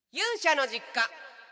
勇者の実家。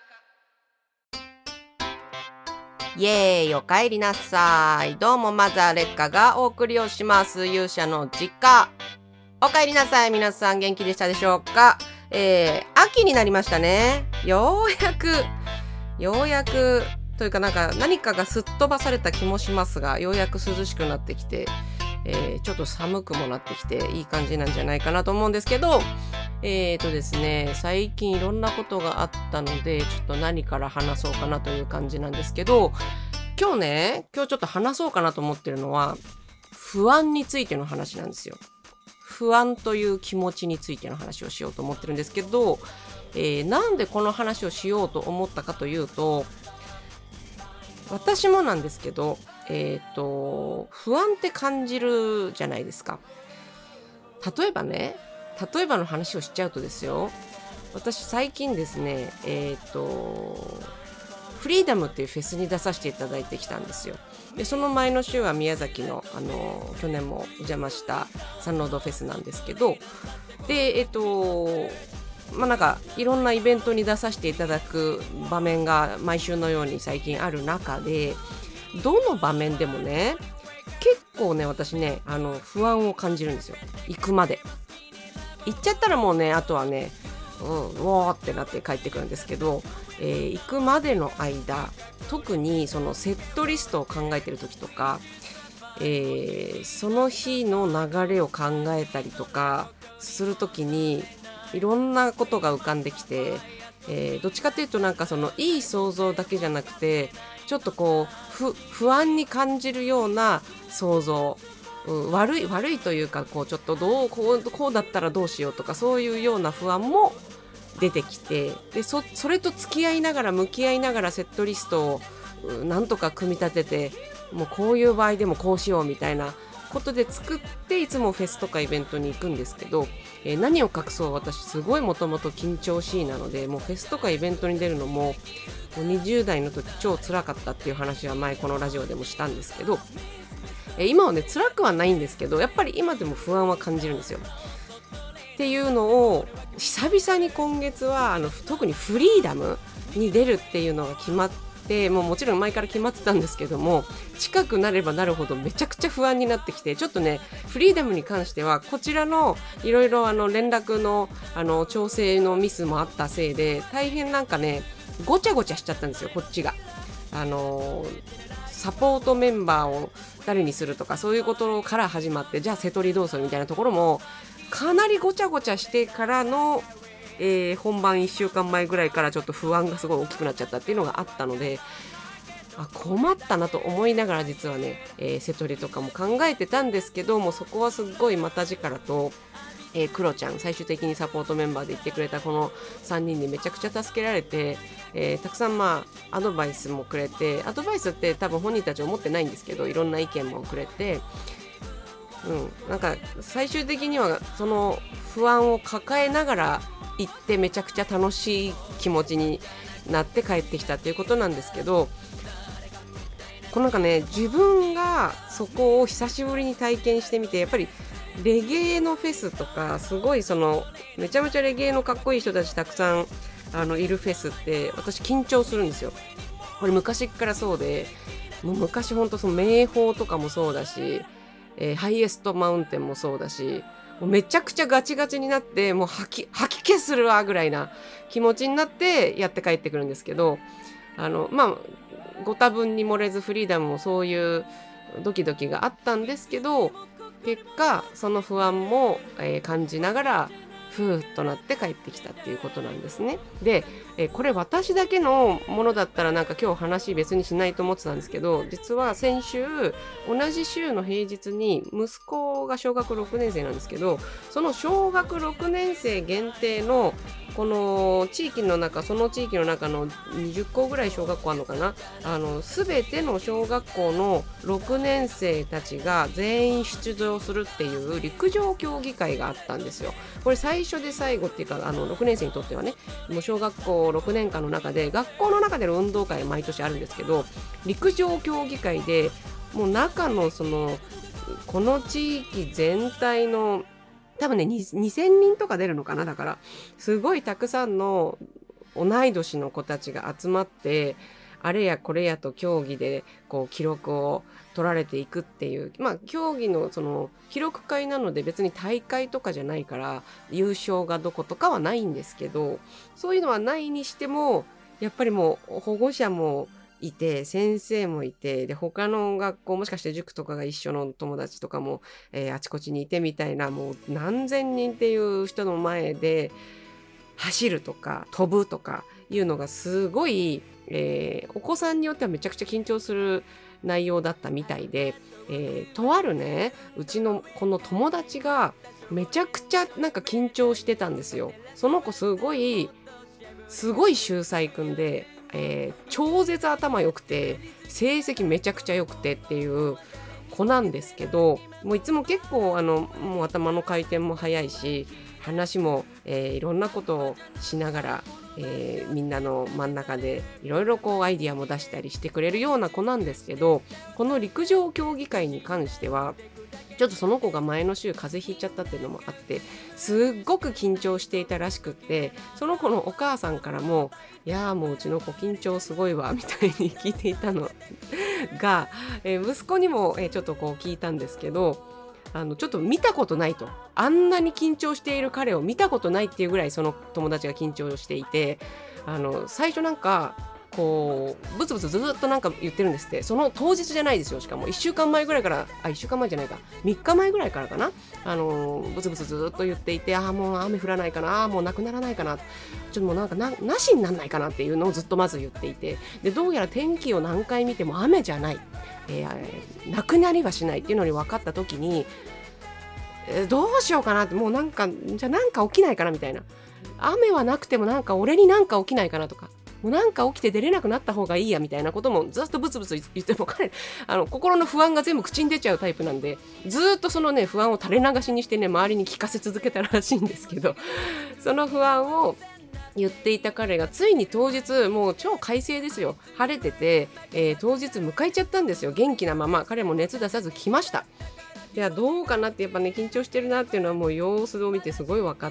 イエーイ、おかえりなさい。どうもマザー劣化がお送りをします勇者の実家。おかえりなさい。皆さん元気でしたでしょうか。秋になりましたね。ようやくというか何かがすっ飛ばされた気もしますが、ようやく涼しくなってきて、ちょっと寒くもなってきていい感じなんじゃないかなと思うんですけど、ですね、最近いろんなことがあったので、ちょっと何から話そうかなという感じなんですけど、今日ちょっと話そうかなと思ってるのは、不安についての話なんですよ。不安という気持ちについての話をしようと思ってるんですけど、なんでこの話をしようと思ったかというと、私もなんですけど、不安って感じるじゃないですか。例えばの話をしちゃうとですよ、私最近ですね、フリーダムっていうフェスに出させていただいてきたんですよ。で、その前の週は宮崎の、去年もお邪魔したサンロードフェスなんですけど、で、いろんなイベントに出させていただく場面が毎週のように最近ある中で、どの場面でもね、結構ね、私ね、不安を感じるんですよ。行くまで。行っちゃったらもうね、あとはね、うおーってなって帰ってくるんですけど、行くまでの間、特にそのセットリストを考えてる時とか、その日の流れを考えたりとかする時に、いろんなことが浮かんできて、どっちかっていうとそのいい想像だけじゃなくて、ちょっとこう不安に感じるような想像、悪いというか、こうちょっとこうだったらどうしようとか、そういうような不安も出てきて、でそれと付き合いながら向き合いながらセットリストをなんとか組み立てて、もうこういう場合でもこうしようみたいなことで作って、いつもフェスとかイベントに行くんですけど、何を隠そう、私すごいもともと緊張しいなので、もうフェスとかイベントに出るのも20代の時超辛かったっていう話は前このラジオでもしたんですけど、今はね辛くはないんですけど、やっぱり今でも不安は感じるんですよ。っていうのを久々に今月は特にフリーダムに出るっていうのが決まって、もちろん前から決まってたんですけども、近くなればなるほどめちゃくちゃ不安になってきて、ちょっとねフリーダムに関してはこちらのいろいろ連絡の調整のミスもあったせいで、大変ごちゃごちゃしちゃったんですよ、こっちが。サポートメンバーを誰にするとか、そういうことから始まって、じゃあ瀬戸りどうするみたいなところもかなりごちゃごちゃしてからの、本番1週間前ぐらいからちょっと不安がすごい大きくなっちゃったっていうのがあったので、困ったなと思いながら、実はね、瀬戸りとかも考えてたんですけども、そこはすっごいまた力と、クロちゃん、最終的にサポートメンバーで行ってくれたこの3人にめちゃくちゃ助けられて、たくさんアドバイスもくれて、アドバイスって多分本人たち思ってないんですけど、いろんな意見もくれて、最終的にはその不安を抱えながら行って、めちゃくちゃ楽しい気持ちになって帰ってきたっていうことなんですけど、自分がそこを久しぶりに体験してみて、やっぱりレゲエのフェスとか、すごいめちゃめちゃレゲエのかっこいい人たちたくさんいるフェスって、私緊張するんですよ。これ昔からそうで、もう昔ほんとその名峰とかもそうだし、ハイエストマウンテンもそうだし、もうめちゃくちゃガチガチになって、もう吐き気するわぐらいな気持ちになってやって帰ってくるんですけど、ご多分に漏れずフリーダムもそういうドキドキがあったんですけど、結果その不安も、感じながらふーっとなって帰ってきたっていうことなんですね。で、これ私だけのものだったら今日話別にしないと思ってたんですけど、実は先週同じ週の平日に息子が小学6年生なんですけど、その小学6年生限定のこの地域の中、その地域の中の20校ぐらい小学校あるのかな、全ての小学校の6年生たちが全員出場するっていう陸上競技会があったんですよ。これ最初で最後っていうか、6年生にとってはね、もう小学校6年間の中で学校の中での運動会毎年あるんですけど、陸上競技会でもう中のこの地域全体の多分ね2000人とか出るのかな。だからすごいたくさんの同い年の子たちが集まってあれやこれやと競技でこう記録を取られていくっていう、競技のその記録会なので別に大会とかじゃないから優勝がどことかはないんですけど、そういうのはないにしてもやっぱりもう保護者もいて先生もいて、で他の学校もしかして塾とかが一緒の友達とかも、あちこちにいてみたいな、もう何千人っていう人の前で走るとか飛ぶとかいうのがすごい、お子さんによってはめちゃくちゃ緊張する内容だったみたいで、とあるねうちのこの友達がめちゃくちゃなんか緊張してたんですよ。その子すごい秀才くんで、超絶頭良くて成績めちゃくちゃ良くてっていう子なんですけど、もういつも結構もう頭の回転も早いし話も、いろんなことをしながら、みんなの真ん中でいろいろこうアイディアも出したりしてくれるような子なんですけど、この陸上競技会に関してはちょっとその子が前の週風邪ひいちゃったっていうのもあってすっごく緊張していたらしくって、その子のお母さんからも「いやーもううちの子緊張すごいわ」みたいに聞いていたのが、息子にも、ちょっとこう聞いたんですけど、ちょっと見たことないと、あんなに緊張している彼を見たことないっていうぐらいその友達が緊張していて、最初なんかこうブツブツずっとなんか言ってるんですって。その当日じゃないですよ。しかも1週間前ぐらいから1週間前じゃないか3日前ぐらいからかな、ブツブツずっと言っていて、もう雨降らないかな、もうなくならないかな、ちょっともうなんか なしにならないかなっていうのをずっとまず言っていて、でどうやら天気を何回見ても雨じゃない、なくなりはしないっていうのに分かった時に、どうしようかなって、もうなんかじゃあなんか起きないかなみたいな、雨はなくてもなんか俺になんか起きないかなとか、もうなんか起きて出れなくなった方がいいやみたいなこともずっとブツブツ言っても彼心の不安が全部口に出ちゃうタイプなんで、ずっとそのね不安を垂れ流しにしてね周りに聞かせ続けたらしいんですけど、その不安を言っていた彼がついに当日もう超快晴ですよ、晴れてて、当日迎えちゃったんですよ。元気なまま彼も熱出さず来ました。いやどうかなって、やっぱね緊張してるなっていうのはもう様子を見てすごい分かって、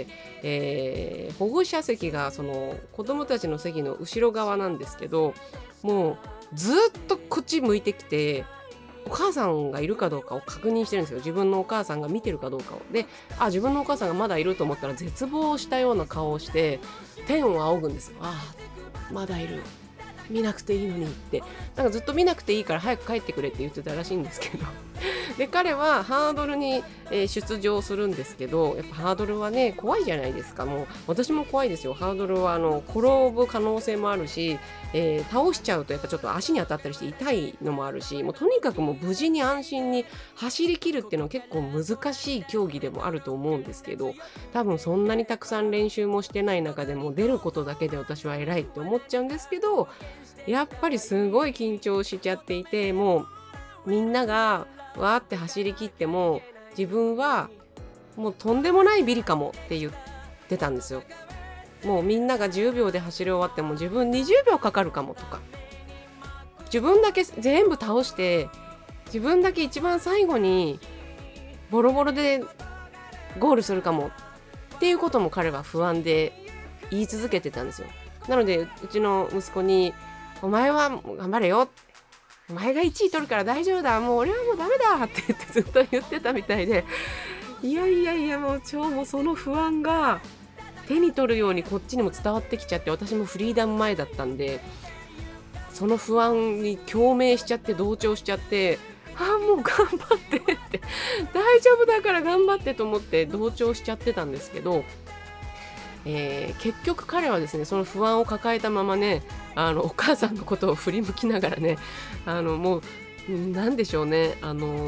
保護者席がその子供たちの席の後ろ側なんですけど、もうずっとこっち向いてきてお母さんがいるかどうかを確認してるんですよ。自分のお母さんが見てるかどうかを。で自分のお母さんがまだいると思ったら絶望したような顔をして天を仰ぐんですよ。まだいる、見なくていいのにって、なんかずっと見なくていいから早く帰ってくれって言ってたらしいんですけどで彼はハードルに、出場するんですけど、やっぱハードルはね怖いじゃないですか。もう私も怖いですよ。ハードルは転ぶ可能性もあるし、倒しちゃうとやっぱちょっと足に当たったりして痛いのもあるし、もうとにかくもう無事に安心に走り切るっていうのは結構難しい競技でもあると思うんですけど、多分そんなにたくさん練習もしてない中でも出ることだけで私は偉いって思っちゃうんですけど、やっぱりすごい緊張しちゃっていて、もうみんながわーって走り切っても自分はもうとんでもないビリかもって言ってたんですよ。もうみんなが10秒で走り終わっても自分20秒かかるかもとか、自分だけ全部倒して自分だけ一番最後にボロボロでゴールするかもっていうことも彼は不安で言い続けてたんですよ。なのでうちの息子にお前は頑張れよ、お前が1位取るから大丈夫だ、もう俺はもうダメだって言ってずっと言ってたみたいで、いやもうその不安が手に取るようにこっちにも伝わってきちゃって、私もフリーダム前だったんでその不安に共鳴しちゃって同調しちゃって、もう頑張ってって大丈夫だから頑張ってと思って同調しちゃってたんですけど、結局彼はですねその不安を抱えたままねお母さんのことを振り向きながらねもうなんでしょうね、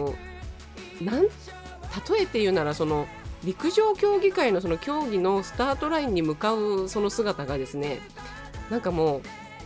例えて言うならその陸上競技会のその競技のスタートラインに向かうその姿がですね、なんかもう、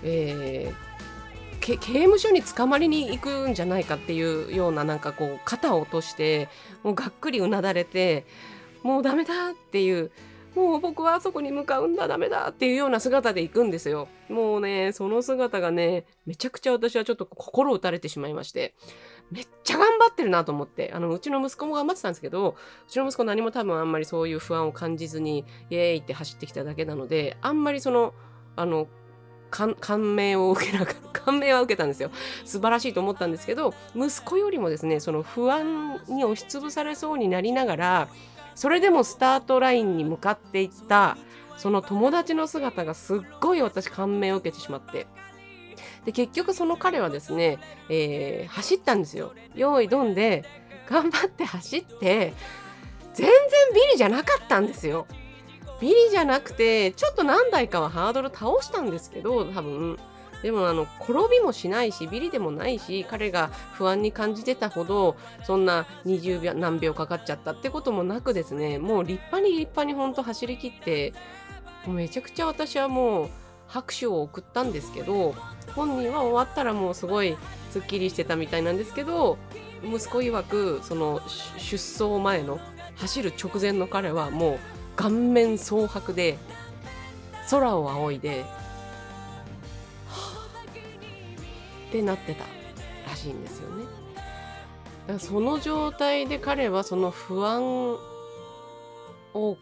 刑務所に捕まりに行くんじゃないかっていうような、なんかこう肩を落としてもうがっくりうなだれて、もうダメだっていう、もう僕はあそこに向かうんだ、ダメだっていうような姿で行くんですよ。もうねその姿がねめちゃくちゃ私はちょっと心打たれてしまいまして、めっちゃ頑張ってるなと思って、うちの息子も頑張ってたんですけど、うちの息子何も多分あんまりそういう不安を感じずにイエーイって走ってきただけなので、あんまりその感銘を受けなかった。感銘は受けたんですよ。素晴らしいと思ったんですけど、息子よりもですね、その不安に押しつぶされそうになりながら、それでもスタートラインに向かっていった、その友達の姿がすっごい私感銘を受けてしまって。で、結局その彼はですね、走ったんですよ。用意ドンで、頑張って走って、全然ビリじゃなかったんですよ。ビリじゃなくて、ちょっと何台かはハードル倒したんですけど、多分。でも転びもしないし、ビリでもないし、彼が不安に感じてたほど、そんな20秒、何秒かかっちゃったってこともなくですね、もう立派に本当走り切って、もうめちゃくちゃ私はもう拍手を送ったんですけど、本人は終わったらもうすごいスッキリしてたみたいなんですけど、息子曰く、その出走前の走る直前の彼はもう顔面蒼白で、空を仰いで、ってなってたらしいんですよね。だからその状態で彼はその不安を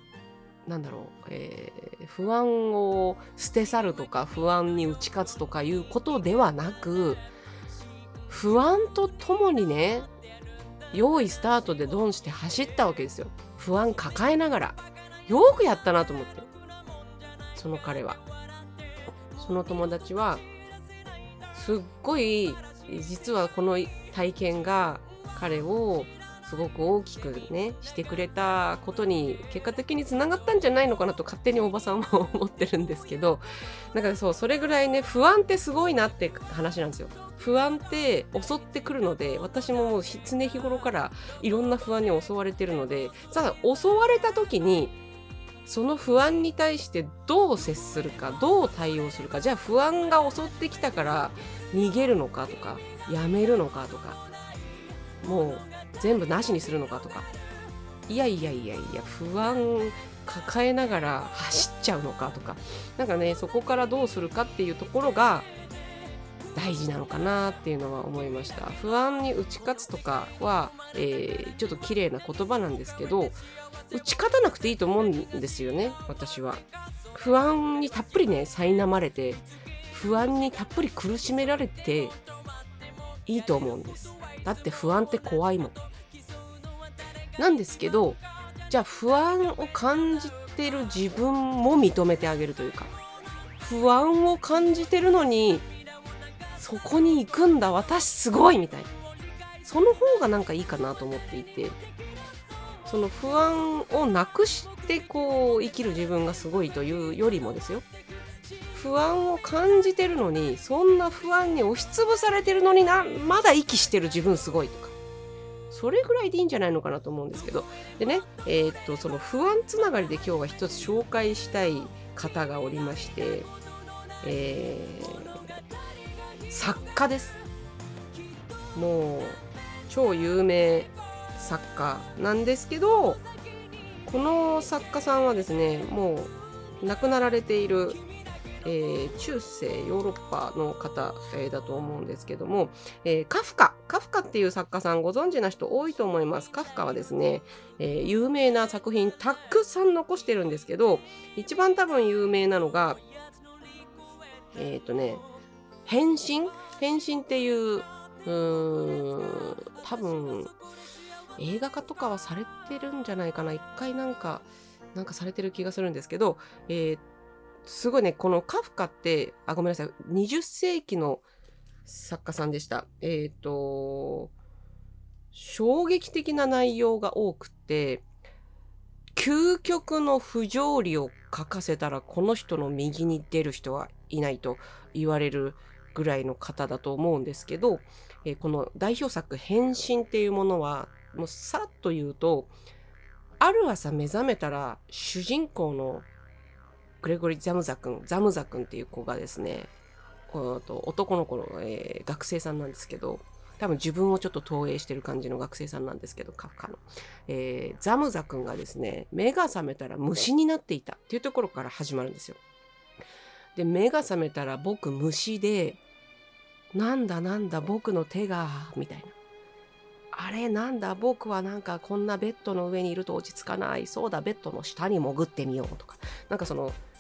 不安を捨て去るとか不安に打ち勝つとかいうことではなく、不安とともにね、用意スタートでドンして走ったわけですよ。不安抱えながら。よくやったなと思って。その彼は、その友達はすっごい、実はこの体験が彼をすごく大きくねしてくれたことに結果的につながったんじゃないのかなと勝手におばさんも思ってるんですけど、なんかそう、それぐらいね、不安ってすごいなって話なんですよ。不安って襲ってくるので、私ももう常日頃からいろんな不安に襲われてるので、ただ襲われた時にその不安に対してどう接するか、どう対応するか、じゃあ不安が襲ってきたから逃げるのかとか、やめるのかとか、もう全部なしにするのかとか、いや不安抱えながら走っちゃうのかとか、なんかね、そこからどうするかっていうところが大事なのかなっていうのは思いました。不安に打ち勝つとかは、ちょっと綺麗な言葉なんですけど、打ち勝たなくていいと思うんですよね、私は。不安にたっぷりね苛まれて、不安にたっぷり苦しめられていいと思うんです。だって不安って怖いもんなんですけど、じゃあ不安を感じてる自分も認めてあげるというか、不安を感じてるのにそこに行くんだ、私すごいみたいな、その方がなんかいいかなと思っていて、その不安をなくしてこう生きる自分がすごいというよりもですよ、不安を感じてるのに、そんな不安に押しつぶされてるのにまだ息してる自分すごいとか、それぐらいでいいんじゃないのかなと思うんですけど。でね、その不安つながりで今日は一つ紹介したい方がおりまして、作家です。もう超有名作家なんですけど、この作家さんはですね、もう亡くなられている、中世ヨーロッパの方、だと思うんですけども、カフカっていう作家さんご存知な人多いと思います。カフカはですね、有名な作品たくさん残してるんですけど、一番多分有名なのが変身っていう多分映画化とかはされてるんじゃないかな。一回なんかされてる気がするんですけど、すごいね、このカフカってごめんなさい、20世紀の作家さんでした。衝撃的な内容が多くて、究極の不条理を書かせたらこの人の右に出る人はいないと言われるぐらいの方だと思うんですけど、この代表作変身っていうものはもうさらっと言うと、ある朝目覚めたら主人公のグレゴリー・ザムザ君っていう子がですね、男の子の、学生さんなんですけど、多分自分をちょっと投影してる感じの学生さんなんですけど、カフカの、ザムザ君がですね、目が覚めたら虫になっていたっていうところから始まるんですよ。で、目が覚めたら僕虫で、なんだ僕の手がみたいな、あれなんだ僕はなんかこんなベッドの上にいると落ち着かない、そうだベッドの下に潜ってみようとか、なんかその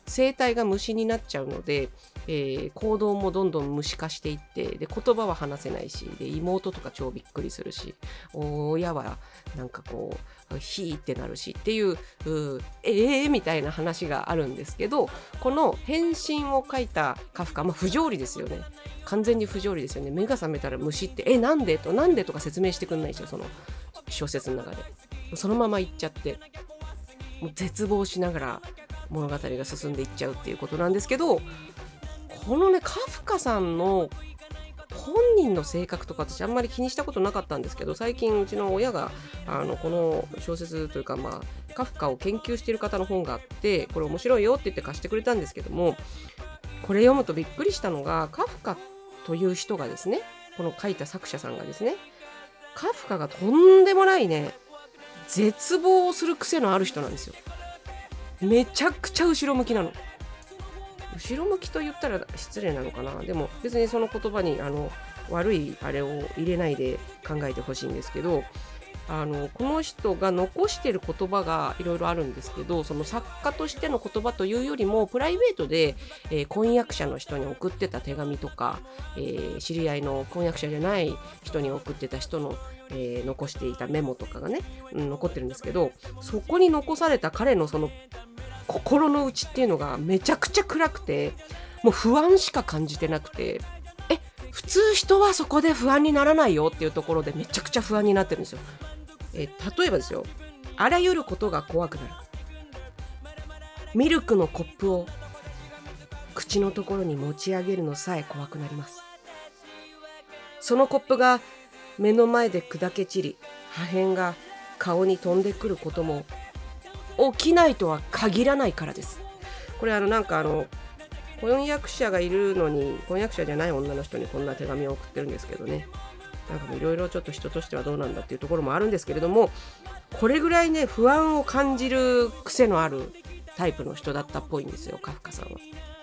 生態が虫になっちゃうので、行動もどんどん虫化していって、で言葉は話せないし、で妹とか超びっくりするし、親はなんかこうヒーってなるしっていう、みたいな話があるんですけど、この変身を書いたカフカ、不条理ですよね。完全に不条理ですよね。目が覚めたら虫ってなんでとか説明してくんないですよ、その小説の中で。そのまま行っちゃって、もう絶望しながら物語が進んでいっちゃうっていうことなんですけど、このねカフカさんの本人の性格とか私あんまり気にしたことなかったんですけど、最近うちの親がこの小説というか、カフカを研究している方の本があって、これ面白いよって言って貸してくれたんですけども、これ読むとびっくりしたのが、カフカという人がですね、この書いた作者さんがですね、カフカがとんでもないね絶望する癖のある人なんですよ。めちゃくちゃ後ろ向きなの。後ろ向きと言ったら失礼なのかな。でも別にその言葉に悪いあれを入れないで考えてほしいんですけど、この人が残してる言葉がいろいろあるんですけど、その作家としての言葉というよりもプライベートで、婚約者の人に送ってた手紙とか、知り合いの婚約者じゃない人に送ってた人の、残していたメモとかがね、残ってるんですけど、そこに残された彼のその心の内っていうのがめちゃくちゃ暗くて、もう不安しか感じてなくて、普通人はそこで不安にならないよっていうところでめちゃくちゃ不安になってるんですよ。例えばですよ、あらゆることが怖くなる。ミルクのコップを口のところに持ち上げるのさえ怖くなります。そのコップが目の前で砕け散り、破片が顔に飛んでくることも起きないとは限らないからです。これ婚約者がいるのに婚約者じゃない女の人にこんな手紙を送ってるんですけどね、いろいろちょっと人としてはどうなんだっていうところもあるんですけれども、これぐらいね不安を感じる癖のあるタイプの人だったっぽいんですよ、カフカさんは。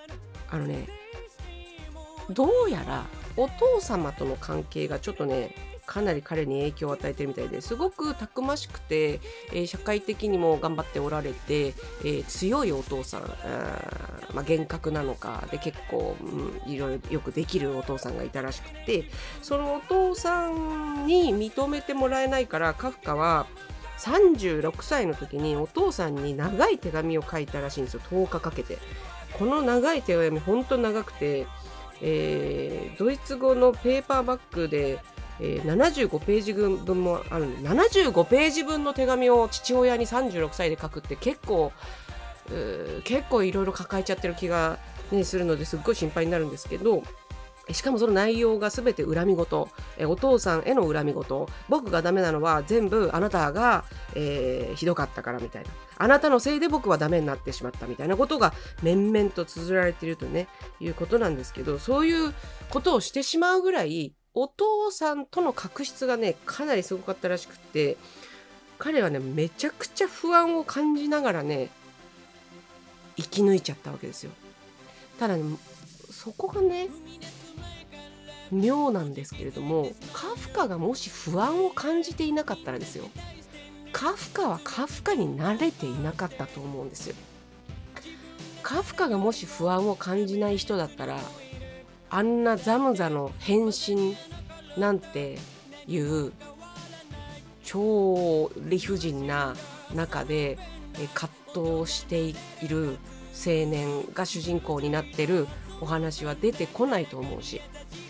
どうやらお父様との関係がちょっとねかなり彼に影響を与えてるみたいで、すごくたくましくて、社会的にも頑張っておられて、強いお父さん、厳格なのかで結構、いろいろよくできるお父さんがいたらしくて、そのお父さんに認めてもらえないから、カフカは36歳の時にお父さんに長い手紙を書いたらしいんですよ、10日かけて。この長い手紙本当長くて、ドイツ語のペーパーバッグで75ページ分もあるんで、75ページ分の手紙を父親に36歳で書くって結構いろいろ抱えちゃってる気が、するのですっごい心配になるんですけど、しかもその内容が全て恨み事、お父さんへの恨み事、僕がダメなのは全部あなたが、ひどかったからみたいな、あなたのせいで僕はダメになってしまったみたいなことが面々と綴られているとねいうことなんですけど、そういうことをしてしまうぐらいお父さんとの確執がねかなりすごかったらしくって、彼はねめちゃくちゃ不安を感じながらね生き抜いちゃったわけですよ。ただねそこがね妙なんですけれども、カフカがもし不安を感じていなかったらですよ、カフカはカフカに慣れていなかったと思うんですよ。カフカがもし不安を感じない人だったら、あんなザムザの変身なんていう超理不尽な中で葛藤している青年が主人公になってるお話は出てこないと思うし、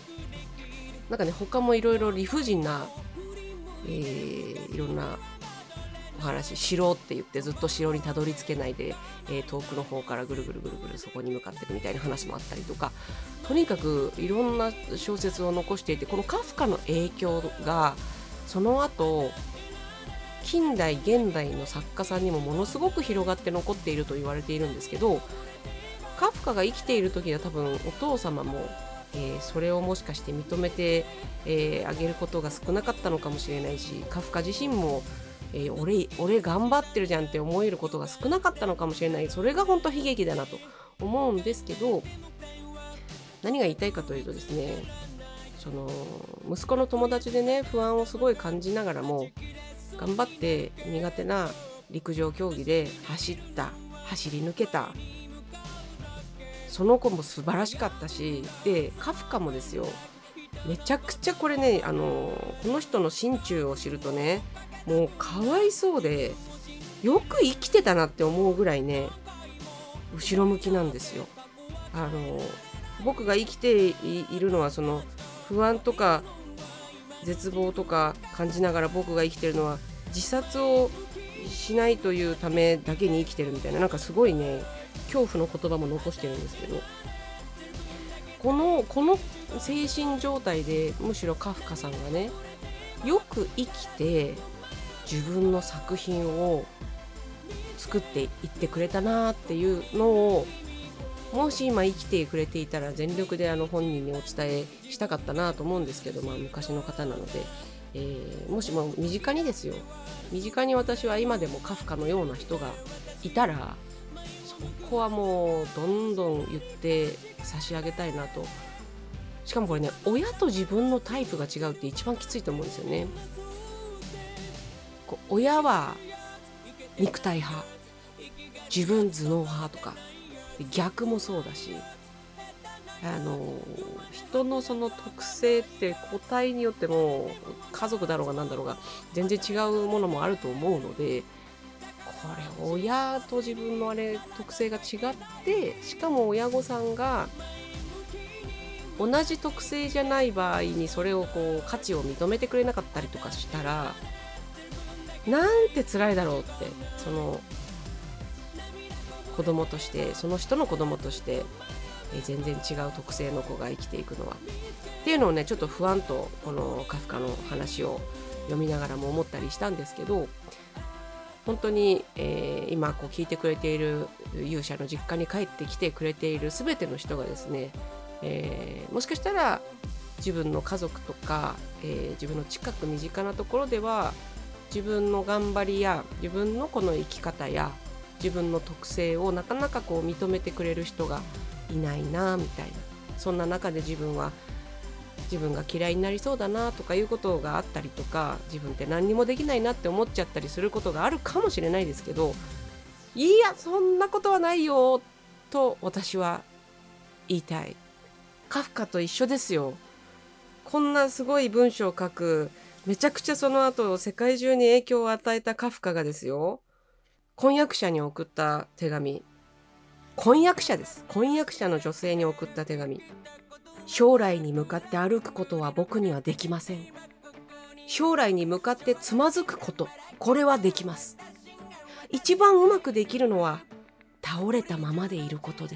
他もいろいろ理不尽な、いろんなお話、城って言ってずっと城にたどり着けないで、遠くの方からぐるぐるそこに向かっていくみたいな話もあったりとか、とにかくいろんな小説を残していて、このカフカの影響がその後近代現代の作家さんにもものすごく広がって残っていると言われているんですけど、カフカが生きている時は多分お父様もそれをもしかして認めてあげることが少なかったのかもしれないし、カフカ自身も俺頑張ってるじゃんって思えることが少なかったのかもしれない。それが本当悲劇だなと思うんですけど、何が言いたいかというとですね、その息子の友達でね不安をすごい感じながらも頑張って苦手な陸上競技で走り抜けたその子も素晴らしかったし、でカフカもですよ、めちゃくちゃこれね、この人の心中を知るとね、もうかわいそうで、よく生きてたなって思うぐらいね、後ろ向きなんですよ。僕が生きて いるのは、その不安とか絶望とか感じながら僕が生きてるのは、自殺をしないというためだけに生きてるみたいな、なんかすごいね、恐怖の言葉も残してるんですけど、この精神状態でむしろカフカさんがね、よく生きて自分の作品を作っていってくれたなっていうのを、もし今生きてくれていたら全力で本人にお伝えしたかったなと思うんですけど、昔の方なので、もしも身近にですよ、身近に私は今でもカフカのような人がいたら、そこはもうどんどん言って差し上げたいなと。しかもこれね、親と自分のタイプが違うって一番きついと思うんですよね。親は肉体派、自分頭脳派とか、逆もそうだし、人のその特性って個体によっても、家族だろうが何だろうが全然違うものもあると思うので、これ親と自分の特性が違って、しかも親御さんが同じ特性じゃない場合にそれを価値を認めてくれなかったりとかしたら、なんて辛いだろうって、その子供として、その人の子供として全然違う特性の子が生きていくのはっていうのをね、ちょっと不安とこのカフカの話を読みながらも思ったりしたんですけど、本当に、今聞いてくれている勇者の実家に帰ってきてくれている全ての人がですね、もしかしたら自分の家族とか、自分の近く身近なところでは、自分の頑張りや自分のこの生き方や自分の特性をなかなか認めてくれる人がいないなみたいな、そんな中で自分が嫌いになりそうだなとかいうことがあったりとか、自分って何にもできないなって思っちゃったりすることがあるかもしれないですけど、いやそんなことはないよと私は言いたい。カフカと一緒ですよ。こんなすごい文章を書く、めちゃくちゃその後世界中に影響を与えたカフカがですよ、婚約者に送った手紙、婚約者です。婚約者の女性に送った手紙。将来に向かって歩くことは僕にはできません。将来に向かってつまずくこと、これはできます。一番うまくできるのは倒れたままでいることです。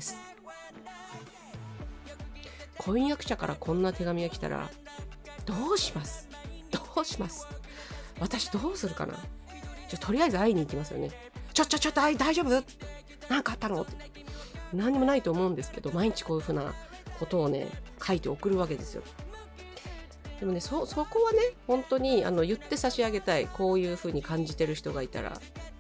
婚約者からこんな手紙が来たらどうします？私どうするかな。とりあえず会いに行きますよね。ちょ大丈夫？なんかあったの？何にもないと思うんですけど、毎日こういうふうなことをね書いて送るわけですよ。でもね、そこはね、本当に言って差し上げたい。こういうふうに感じてる人がいたら、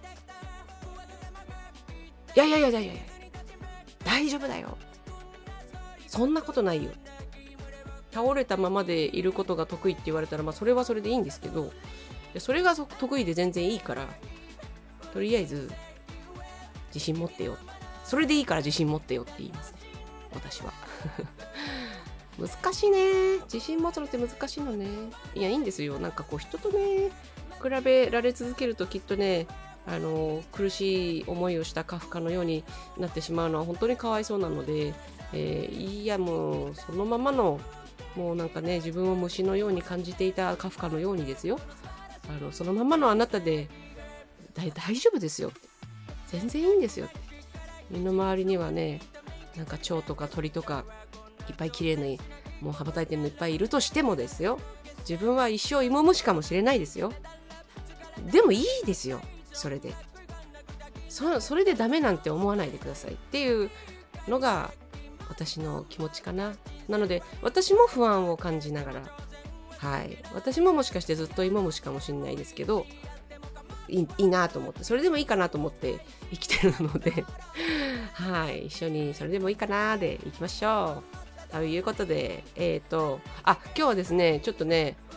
いや大丈夫だよ、そんなことないよ。倒れたままでいることが得意って言われたら、それはそれでいいんですけど、それが得意で全然いいから、とりあえず自信持ってよ、それでいいから自信持ってよって言いますね、私は。難しいね、自信持つのって難しいのね。いや、いいんですよ。なんか人とね比べられ続けると、きっとね苦しい思いをしたカフカのようになってしまうのは本当にかわいそうなので、いやもうそのままの、もうなんかね、自分を虫のように感じていたカフカのようにですよ、そのままのあなたで大丈夫ですよって、全然いいんですよって。身の回りにはね、なんか蝶とか鳥とかいっぱい綺麗にもう羽ばたいてるのいっぱいいるとしてもですよ、自分は一生芋虫かもしれないですよ。でもいいですよ、それでそれでダメなんて思わないでくださいっていうのが私の気持ちかな。なので私も不安を感じながら、私ももしかしてずっと芋虫かもしれないですけど、いいなと思って、それでもいいかなと思って生きてるので一緒にそれでもいいかなでいきましょうということで、今日はですね、ちょっとね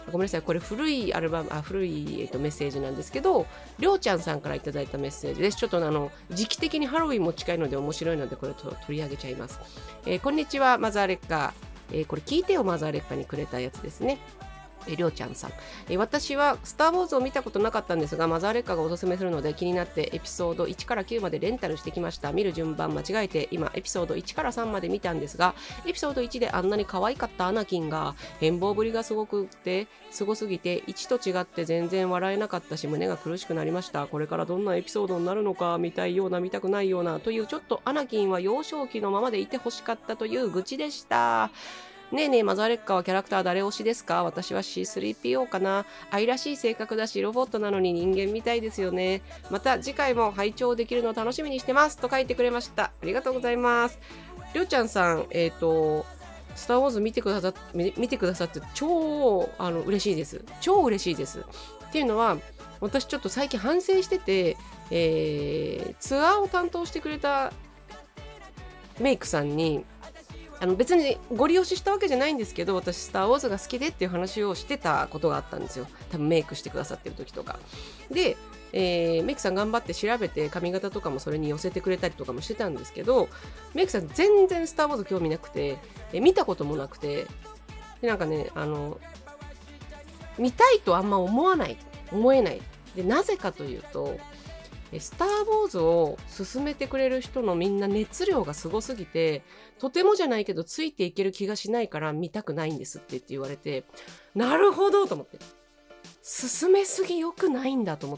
ごめんなさい、これ古いアルバム、古い、メッセージなんですけど、りょうちゃんさんからいただいたメッセージです。ちょっと時期的にハロウィンも近いので面白いので、これ取り上げちゃいます。こんにちは、マザーレッカー。これ聞いてよマザーレッカーにくれたやつですね。りょうちゃんさん、私はスター・ウォーズを見たことなかったんですが、マザーレッカーがおすすめするので気になってエピソード1から9までレンタルしてきました。見る順番間違えて今エピソード1から3まで見たんですが、エピソード1であんなに可愛かったアナキンが変貌ぶりがすごすぎて1と違って全然笑えなかったし、胸が苦しくなりました。これからどんなエピソードになるのか、見たいような見たくないようなという、ちょっとアナキンは幼少期のままでいてほしかったという愚痴でした。ねえねえ、マザーレッカーはキャラクター誰推しですか？私は C3PO かな。愛らしい性格だし、ロボットなのに人間みたいですよね。また次回も拝聴できるのを楽しみにしてますと書いてくれました。ありがとうございます。りょうちゃんさん、スター・ウォーズ見てくださって超嬉しいです。超嬉しいです。っていうのは、私ちょっと最近反省してて、ツアーを担当してくれたメイクさんに、別にご利用ししたわけじゃないんですけど、私スター・ウォーズが好きでっていう話をしてたことがあったんですよ。多分メイクしてくださってる時とかで、メイクさん頑張って調べて髪型とかもそれに寄せてくれたりとかもしてたんですけど、メイクさん全然スター・ウォーズ興味なくて、見たこともなくて、でなんかね、見たいとあんま思えない。でなぜかというと、スター・ウォーズを進めてくれる人のみんな熱量がすごすぎて、とてもじゃないけどついていける気がしないから見たくないんですって言われて、なるほどと思って、進めすぎ良くないんだと思って、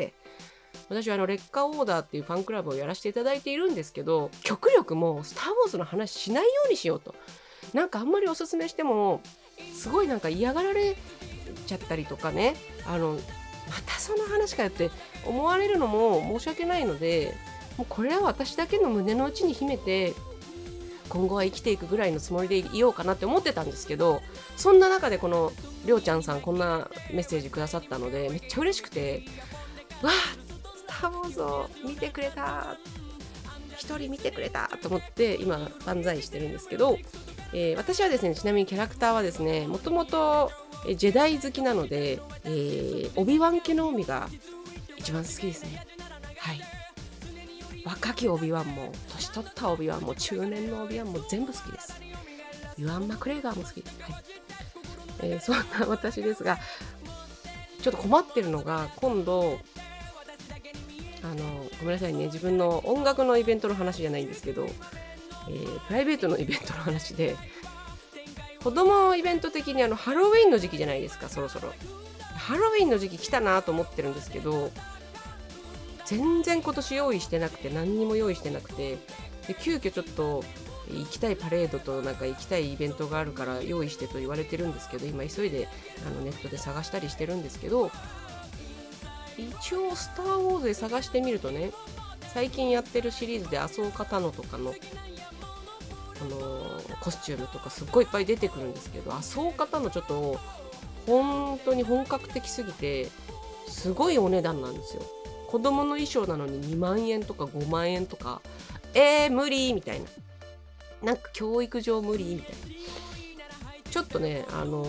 私はレッカーオーダーっていうファンクラブをやらせていただいているんですけど、極力もうスター・ウォーズの話しないようにしようと。なんかあんまりおすすめしてもすごいなんか嫌がられちゃったりとかね、またその話かよって思われるのも申し訳ないので、もうこれは私だけの胸の内に秘めて今後は生きていくぐらいのつもりでいようかなって思ってたんですけど、そんな中でこのりょうちゃんさんこんなメッセージくださったのでめっちゃ嬉しくて、わあスター・ウォーズを見てくれた、一人見てくれたと思って今万歳してるんですけど、私はですね、ちなみにキャラクターはですね、もともとジェダイ好きなので、オビワン・ケノービが一番好きですね。はい。若きオビワンも年取ったオビワンも中年のオビワンも全部好きです。ユアン・マクレガーも好きです。はい。そんな私ですが、ちょっと困ってるのが、今度ごめんなさいね、自分の音楽のイベントの話じゃないんですけど、プライベートのイベントの話で、子供イベント的にハロウィンの時期じゃないですか、そろそろハロウィンの時期来たなと思ってるんですけど、全然今年用意してなくて、何にも用意してなくて、で急遽ちょっと行きたいパレードとなんか行きたいイベントがあるから用意してと言われてるんですけど、今急いでネットで探したりしてるんですけど、一応スター・ウォーズで探してみるとね、最近やってるシリーズで麻生方のとかのコスチュームとかすっごいいっぱい出てくるんですけど、麻生方のちょっと本当に本格的すぎてすごいお値段なんですよ。子供の衣装なのに2万円とか5万円とか、無理みたいな、なんか教育上無理みたいな、ちょっとね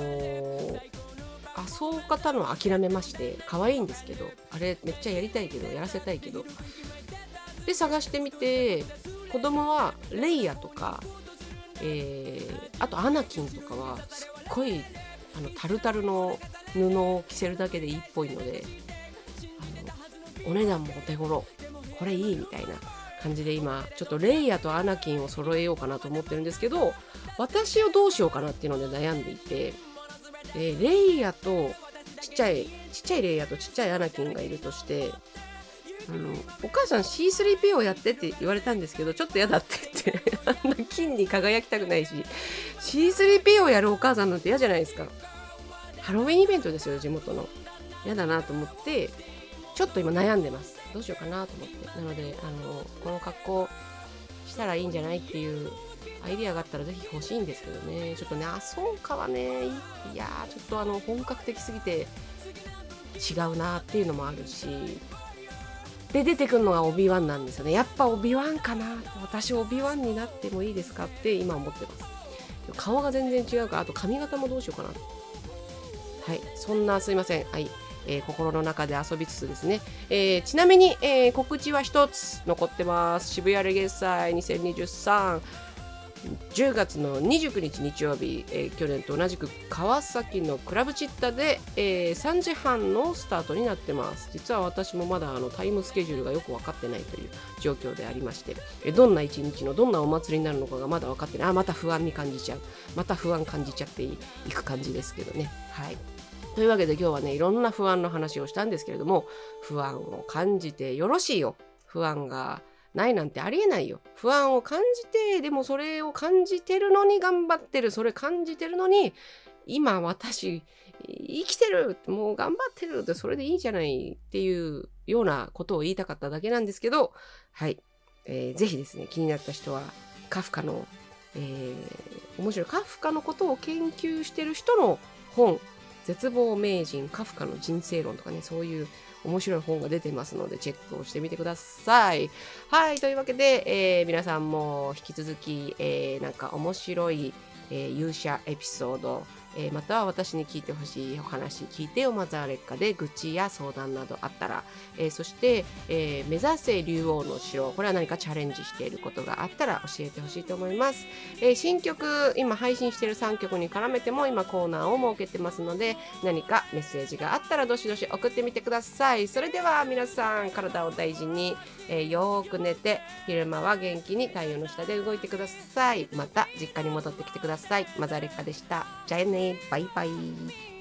麻生方の諦めまして、可愛いんですけど、あれめっちゃやりたいけど、やらせたいけど、で探してみて、子供はレイヤとか、あとアナキンとかはすっごいタルタルの布を着せるだけでいいっぽいので、お値段もお手頃、これいいみたいな感じで、今ちょっとレイヤとアナキンを揃えようかなと思ってるんですけど、私をどうしようかなっていうので悩んでいて、レイヤとちっちゃいレイヤとちっちゃいアナキンがいるとして、お母さん C3PO やってって言われたんですけど、ちょっと嫌だって言ってあんな金に輝きたくないし、 C3PO やるお母さんなんて嫌じゃないですか。ハロウィンイベントですよ、地元の。嫌だなと思ってちょっと今悩んでます。どうしようかなと思って。なのでこの格好したらいいんじゃないっていうアイディアがあったらぜひ欲しいんですけどね。ちょっとね、そうかはね、いやーちょっと本格的すぎて違うなっていうのもあるし、で出てくるのがオビワンなんですよね。やっぱオビワンかな、私オビワンになってもいいですかって今思ってます。顔が全然違うから、あと髪型もどうしようかな。 はい、そんなすいません。はい。心の中で遊びつつですね。ちなみに、告知は一つ残ってます。渋谷レゲエ祭2023。10月の29日日曜日、去年と同じく川崎のクラブチッタで、3時半のスタートになってます。実は私もまだタイムスケジュールがよく分かってないという状況でありまして、どんな一日のどんなお祭りになるのかがまだ分かってない。また不安に感じちゃう。また不安感じちゃっていく感じですけどね。はい。というわけで今日はね、いろんな不安の話をしたんですけれども、不安を感じてよろしいよ。不安がないなんてありえないよ。不安を感じて、でもそれを感じてるのに頑張ってる。それ感じてるのに、今私生きてる、もう頑張ってるって、それでいいじゃないっていうようなことを言いたかっただけなんですけど、はい。ぜひですね、気になった人はカフカの、面白いカフカのことを研究してる人の本、絶望名人カフカの人生論とかね、そういう面白い本が出てますのでチェックをしてみてください。はい、というわけで、皆さんも引き続き、なんか面白い、勇者エピソード、または私に聞いてほしいお話聞いてよマザー劣化で愚痴や相談などあったら、そして、目指せ竜王の城、これは何かチャレンジしていることがあったら教えてほしいと思います。新曲今配信している3曲に絡めても今コーナーを設けてますので、何かメッセージがあったらどしどし送ってみてください。それでは皆さん体を大事に、よーく寝て昼間は元気に太陽の下で動いてください。また実家に戻ってきてください。マザー劣化でした。じゃあね、バイバイ。